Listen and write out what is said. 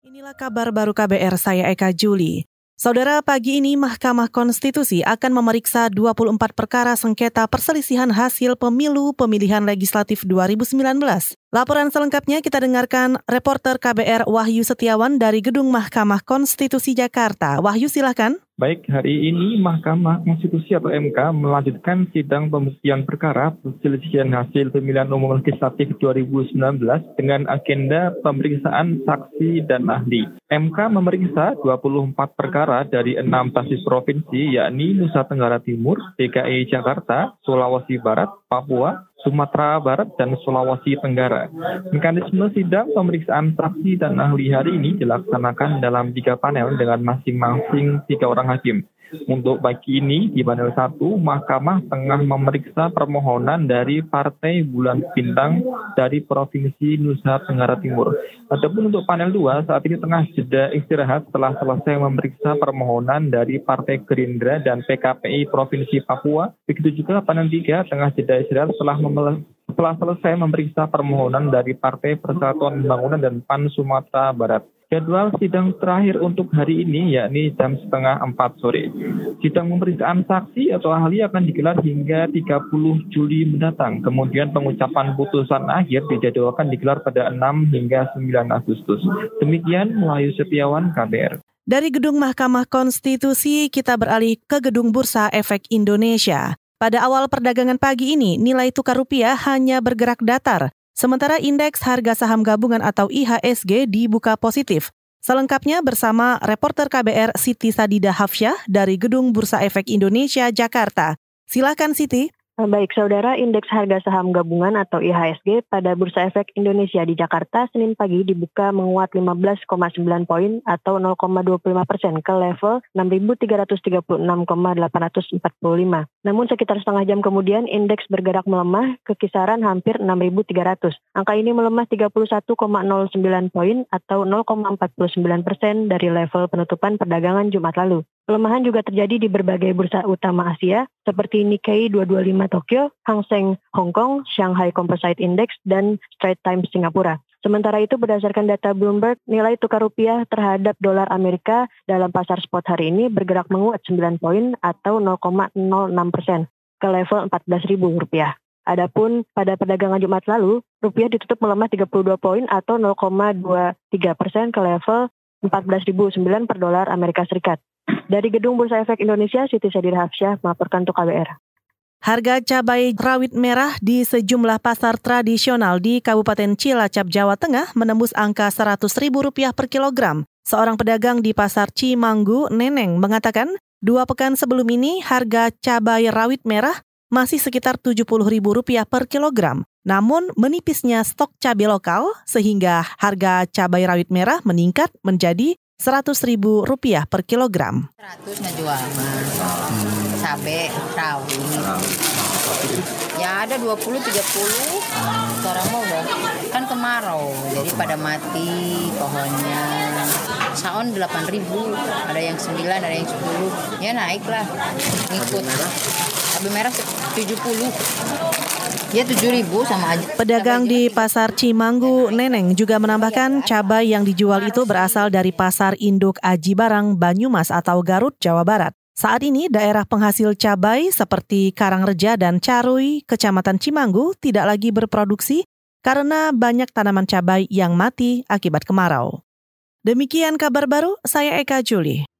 Inilah kabar baru KBR, saya Eka Juli. Saudara, pagi ini Mahkamah Konstitusi akan memeriksa 24 perkara sengketa perselisihan hasil pemilu pemilihan legislatif 2019. Laporan selengkapnya kita dengarkan reporter KBR Wahyu Setiawan dari Gedung Mahkamah Konstitusi Jakarta. Wahyu, silakan. Baik, hari ini Mahkamah Konstitusi atau MK melanjutkan sidang pembuktian perkara perselisihan hasil pemilihan umum legislatif 2019 dengan agenda pemeriksaan saksi dan ahli. MK memeriksa 24 perkara dari 6 basis provinsi, yakni Nusa Tenggara Timur, DKI Jakarta, Sulawesi Barat, Papua, Sumatera Barat, dan Sulawesi Tenggara. Mekanisme sidang pemeriksaan saksi dan ahli hari ini dilaksanakan dalam 3 panel dengan masing-masing 3 orang hakim. Untuk pagi ini di panel 1, Mahkamah tengah memeriksa permohonan dari Partai Bulan Bintang dari Provinsi Nusa Tenggara Timur. Adapun untuk panel 2, saat ini tengah jeda istirahat setelah selesai memeriksa permohonan dari Partai Gerindra dan PKPI Provinsi Papua. Begitu juga panel 3 tengah jeda istirahat setelah selesai memeriksa permohonan dari Partai Persatuan Pembangunan dan PAN Sumatera Barat. Jadwal sidang terakhir untuk hari ini yakni jam 3:30 sore. Sidang pemeriksaan saksi atau ahli akan digelar hingga 30 Juli mendatang. Kemudian pengucapan putusan akhir dijadwalkan digelar pada 6 hingga 9 Agustus. Demikian Wahyu Setiawan, KBR. Dari Gedung Mahkamah Konstitusi kita beralih ke Gedung Bursa Efek Indonesia. Pada awal perdagangan pagi ini, nilai tukar rupiah hanya bergerak datar. Sementara indeks harga saham gabungan atau IHSG dibuka positif. Selengkapnya bersama reporter KBR Siti Sadidah Hafsyah dari Gedung Bursa Efek Indonesia, Jakarta. Silakan Siti. Baik, saudara, indeks harga saham gabungan atau IHSG pada Bursa Efek Indonesia di Jakarta Senin pagi dibuka menguat 15,9 poin atau 0,25% ke level 6.336,845. Namun sekitar setengah jam kemudian indeks bergerak melemah ke kisaran hampir 6.300. Angka ini melemah 31,09 poin atau 0,49% dari level penutupan perdagangan Jumat lalu. Pelemahan juga terjadi di berbagai bursa utama Asia seperti Nikkei 225 Tokyo, Hang Seng Hong Kong, Shanghai Composite Index, dan Straits Times Singapura. Sementara itu berdasarkan data Bloomberg, nilai tukar rupiah terhadap dolar Amerika dalam pasar spot hari ini bergerak menguat 9 poin atau 0,06% ke level Rp14.000. Adapun pada perdagangan Jumat lalu, rupiah ditutup melemah 32 poin atau 0,23% ke level Rp14.009 per dolar Amerika Serikat. Dari Gedung Bursa Efek Indonesia, Siti Sadidah Hafsyah melaporkan untuk KBR. Harga cabai rawit merah di sejumlah pasar tradisional di Kabupaten Cilacap, Jawa Tengah menembus angka Rp100.000 per kilogram. Seorang pedagang di Pasar Cimanggu, Neneng, mengatakan 2 pekan sebelum ini harga cabai rawit merah masih sekitar Rp70.000 per kilogram. Namun menipisnya stok cabai lokal sehingga harga cabai rawit merah meningkat menjadi Rp100.000 per kilogram. 100 ngejual cabai rawit. Ya ada 20-30. Sekarang mah udah kan kemarau, jadi pada mati pohonnya. Saon 8.000, ada yang 9, ada yang 10. Ya naik lah, ngikut. Cabai merah 70. Ya 7.000 sama aja. Pedagang di Pasar Cimanggu, Neneng, juga menambahkan cabai yang dijual itu berasal dari Pasar Induk Aji Barang, Banyumas atau Garut, Jawa Barat. Saat ini daerah penghasil cabai seperti Karangreja dan Carui, Kecamatan Cimanggu tidak lagi berproduksi karena banyak tanaman cabai yang mati akibat kemarau. Demikian kabar baru, saya Eka Juli.